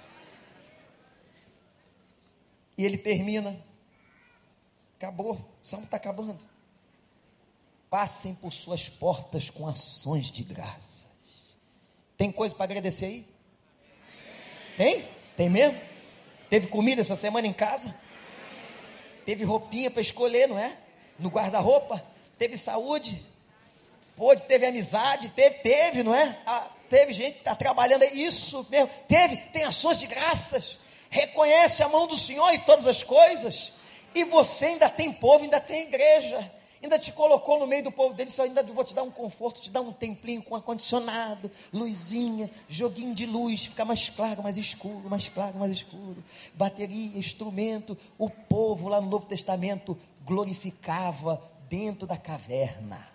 Speaker 1: E ele termina. Acabou, o salmo está acabando. Passem por suas portas com ações de graças. Tem coisa para agradecer aí? Tem? Tem mesmo? Teve comida essa semana em casa? Teve roupinha para escolher, não é? No guarda-roupa? Teve saúde? Pôde, teve amizade? Teve, teve, não é? Ah, teve gente que está trabalhando, é isso mesmo. Teve, tem ações de graças. Reconhece a mão do Senhor em todas as coisas. E você ainda tem povo, ainda tem igreja. Ainda te colocou no meio do povo dele, só ainda vou te dar um conforto, te dar um templinho com ar-condicionado, luzinha, joguinho de luz, fica mais claro, mais escuro, mais claro, mais escuro, bateria, instrumento. O povo lá no Novo Testamento glorificava dentro da caverna,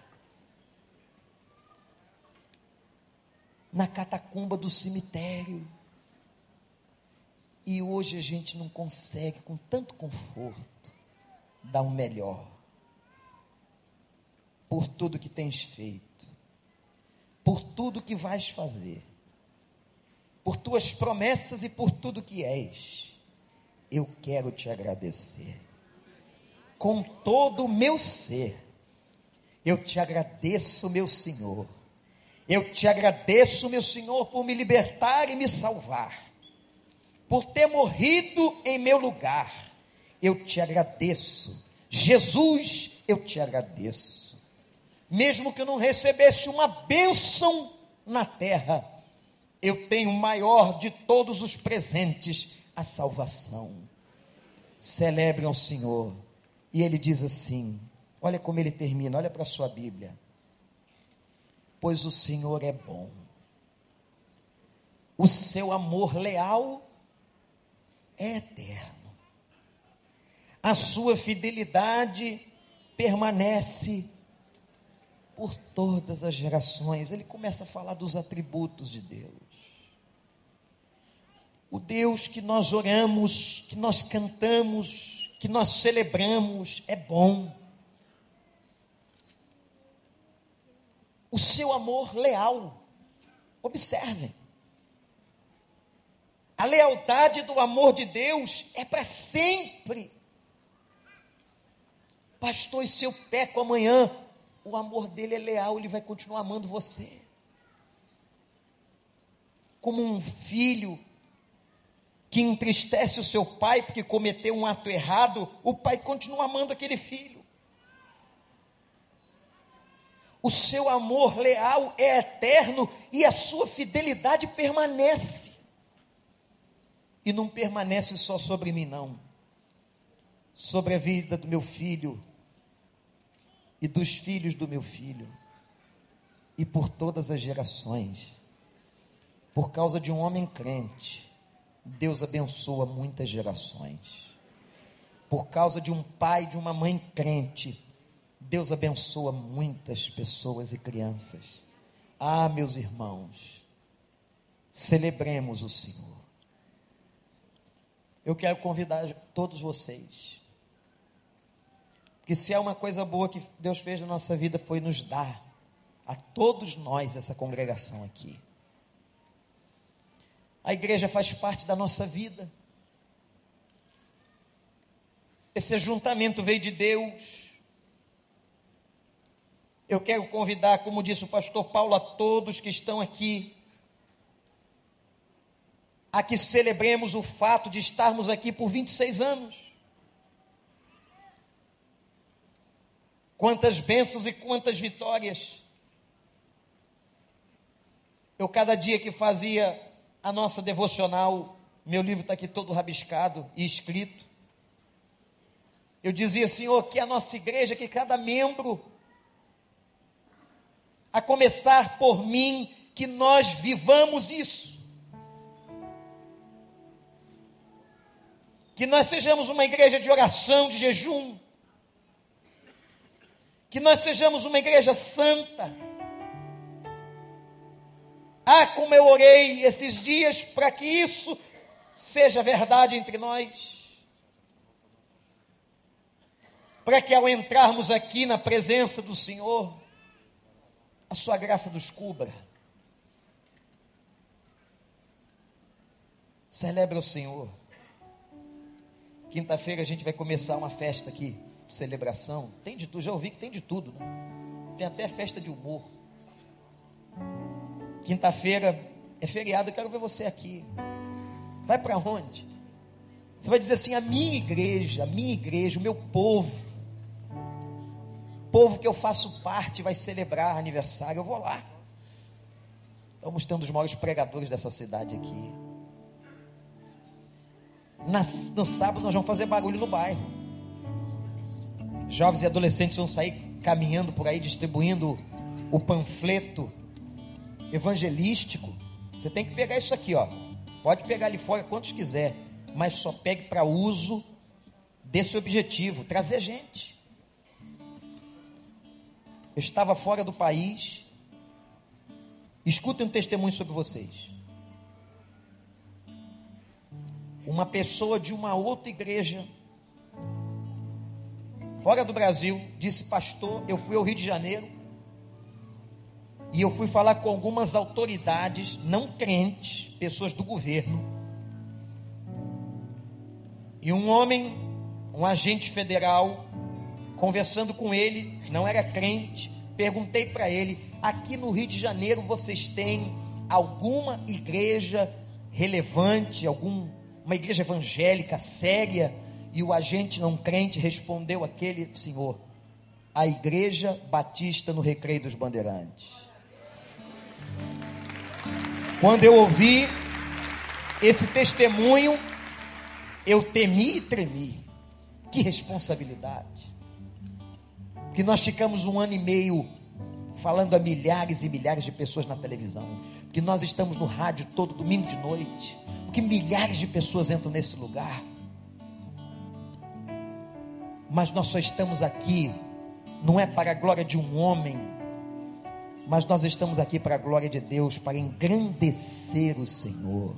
Speaker 1: na catacumba do cemitério. E hoje a gente não consegue, com tanto conforto, dar um melhor. Por tudo que tens feito, por tudo que vais fazer, por tuas promessas e por tudo que és, eu quero te agradecer. Com todo o meu ser, eu te agradeço, meu Senhor. Eu te agradeço, meu Senhor, por me libertar e me salvar, por ter morrido em meu lugar. Eu te agradeço, Jesus, eu te agradeço. Mesmo que eu não recebesse uma bênção na terra, eu tenho o maior de todos os presentes, a salvação. Celebrem ao Senhor. E ele diz assim, olha como ele termina, olha para a sua Bíblia. Pois o Senhor é bom, o seu amor leal é eterno, a sua fidelidade permanece por todas as gerações. Ele começa a falar dos atributos de Deus. O Deus que nós oramos, que nós cantamos, que nós celebramos, é bom. O seu amor leal, observem, a lealdade do amor de Deus é para sempre. Pastor, e se eu peco amanhã? O amor dele é leal, ele vai continuar amando você. Como um filho que entristece o seu pai porque cometeu um ato errado, o pai continua amando aquele filho. O seu amor leal é eterno e a sua fidelidade permanece. E não permanece só sobre mim, não. Sobre a vida do meu filho e dos filhos do meu filho, e por todas as gerações. Por causa de um homem crente, Deus abençoa muitas gerações. Por causa de um pai, de uma mãe crente, Deus abençoa muitas pessoas e crianças. Ah, meus irmãos, celebremos o Senhor. Eu quero convidar todos vocês, que se há uma coisa boa que Deus fez na nossa vida, foi nos dar, a todos nós, essa congregação aqui. A igreja faz parte da nossa vida. Esse ajuntamento veio de Deus. Eu quero convidar, como disse o pastor Paulo, a todos que estão aqui, a que celebremos o fato de estarmos aqui por vinte e seis anos. Quantas bênçãos e quantas vitórias. Eu, cada dia que fazia a nossa devocional, meu livro está aqui todo rabiscado e escrito, eu dizia, Senhor, que a nossa igreja, que cada membro, a começar por mim, que nós vivamos isso. Que nós sejamos uma igreja de oração, de jejum, que nós sejamos uma igreja santa. Ah, como eu orei esses dias para que isso seja verdade entre nós, para que ao entrarmos aqui na presença do Senhor, a sua graça nos cubra. Celebra o Senhor. Quinta-feira a gente vai começar uma festa aqui, celebração, tem de tudo, já ouvi que tem de tudo, né? Tem até festa de humor. Quinta-feira É feriado, eu quero ver você aqui. Vai para onde? Você vai dizer assim: a minha igreja, a minha igreja, o meu povo, povo que eu faço parte, vai celebrar aniversário. Eu vou lá. Estamos tendo os maiores pregadores dessa cidade aqui. Na, no sábado nós vamos fazer barulho no bairro. Jovens e adolescentes vão sair caminhando por aí, distribuindo o panfleto evangelístico. Você tem que pegar isso aqui, ó. Pode pegar ali fora quantos quiser, mas só pegue para uso desse objetivo, trazer gente. Eu estava fora do país. Escutem um testemunho sobre vocês. Uma pessoa de uma outra igreja fora do Brasil disse: pastor, eu fui ao Rio de Janeiro e eu fui falar com algumas autoridades não crentes, pessoas do governo, e um homem, um agente federal, conversando com ele, não era crente. Perguntei para ele: aqui no Rio de Janeiro vocês têm alguma igreja relevante, alguma igreja evangélica séria? E o agente não crente respondeu aquele senhor: a Igreja Batista no Recreio dos Bandeirantes. Quando eu ouvi esse testemunho, eu temi e tremi. Que responsabilidade! Porque nós ficamos um ano e meio falando a milhares e milhares de pessoas na televisão, porque nós estamos no rádio todo domingo de noite, porque milhares de pessoas entram nesse lugar. Mas nós só estamos aqui, não é para a glória de um homem, mas nós estamos aqui para a glória de Deus, para engrandecer o Senhor.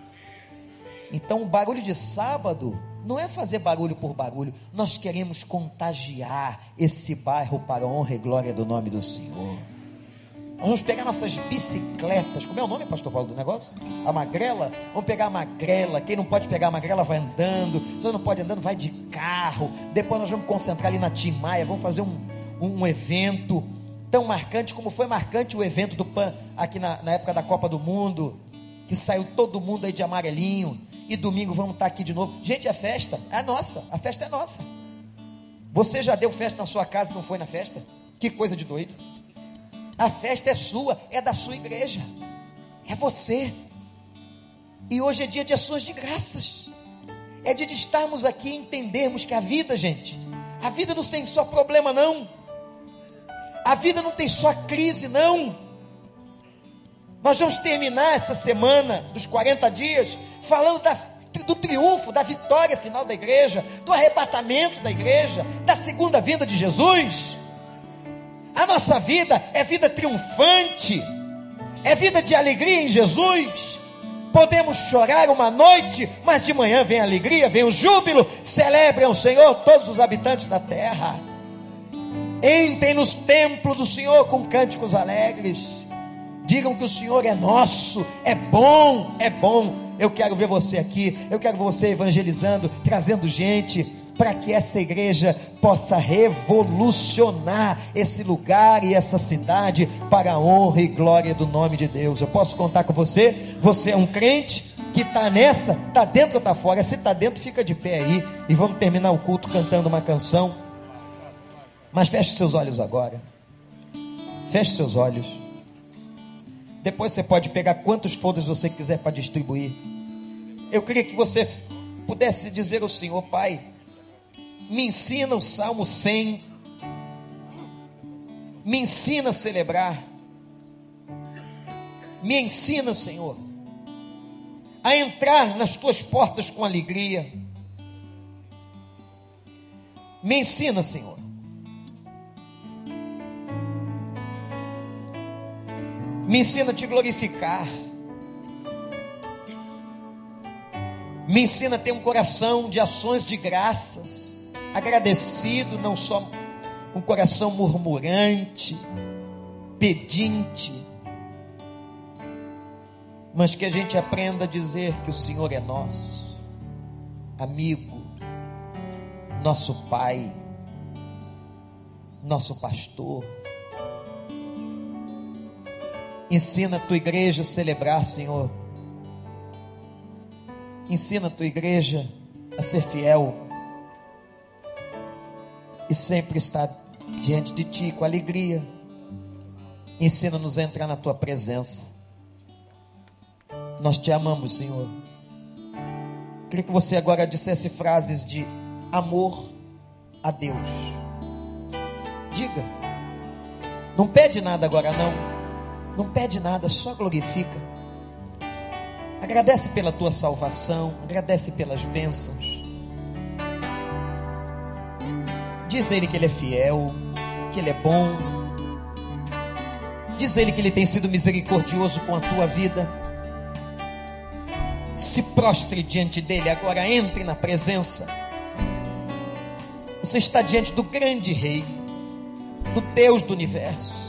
Speaker 1: Então o barulho de sábado não é fazer barulho por barulho. Nós queremos contagiar esse bairro para a honra e glória do nome do Senhor. Nós vamos pegar nossas bicicletas. Como é o nome, pastor Paulo, do negócio? A magrela? Vamos pegar a magrela. Quem não pode pegar a magrela vai andando. Se você não pode andando, vai de carro. Depois nós vamos concentrar ali na Tim Maia. Vamos fazer um, um, um evento tão marcante como foi marcante o evento do Pan aqui na, na época da Copa do Mundo, que saiu todo mundo aí de amarelinho. E domingo vamos estar aqui de novo. Gente, a festa é nossa. A festa é nossa. Você já deu festa na sua casa e não foi na festa? Que coisa de doido. A festa é sua, é da sua igreja, é você. E hoje é dia de ações de graças. É dia de estarmos aqui e entendermos que a vida, gente, a vida não tem só problema não. A vida não tem só crise não. Nós vamos terminar essa semana dos quarenta dias falando da, do triunfo, da vitória final da igreja, do arrebatamento da igreja, da segunda vinda de Jesus. A nossa vida é vida triunfante, é vida de alegria em Jesus. Podemos chorar uma noite, mas de manhã vem a alegria, vem o júbilo. Celebrem o Senhor todos os habitantes da terra. Entrem nos templos do Senhor com cânticos alegres. Digam que o Senhor é nosso, é bom, é bom. Eu quero ver você aqui, eu quero ver você evangelizando, trazendo gente, para que essa igreja possa revolucionar esse lugar e essa cidade para a honra e glória do nome de Deus. Eu posso contar com você? Você é um crente que está nessa, está dentro ou está fora? Se está dentro, fica de pé aí e vamos terminar o culto cantando uma canção. Mas feche seus olhos agora. Feche seus olhos. Depois você pode pegar quantos folders você quiser para distribuir. Eu queria que você pudesse dizer ao Senhor: Pai, me ensina o Salmo cem, me ensina a celebrar, me ensina, Senhor, a entrar nas tuas portas com alegria. Me ensina, Senhor, me ensina a te glorificar. Me ensina a ter um coração de ações de graças, agradecido, não só um coração murmurante, pedinte, mas que a gente aprenda a dizer que o Senhor é nosso amigo, nosso Pai, nosso pastor. Ensina a tua igreja a celebrar, Senhor. Ensina a tua igreja a ser fiel e sempre estar diante de ti com alegria. Ensina-nos a entrar na tua presença. Nós te amamos, Senhor. Queria que você agora dissesse frases de amor a Deus. Diga. Não pede nada agora não. Não pede nada, só glorifica. Agradece pela tua salvação, agradece pelas bênçãos. Diz a Ele que Ele é fiel, que Ele é bom. Diz a Ele que Ele tem sido misericordioso com a tua vida. Se prostre diante dEle agora, entre na presença. Você está diante do grande Rei, do Deus do universo.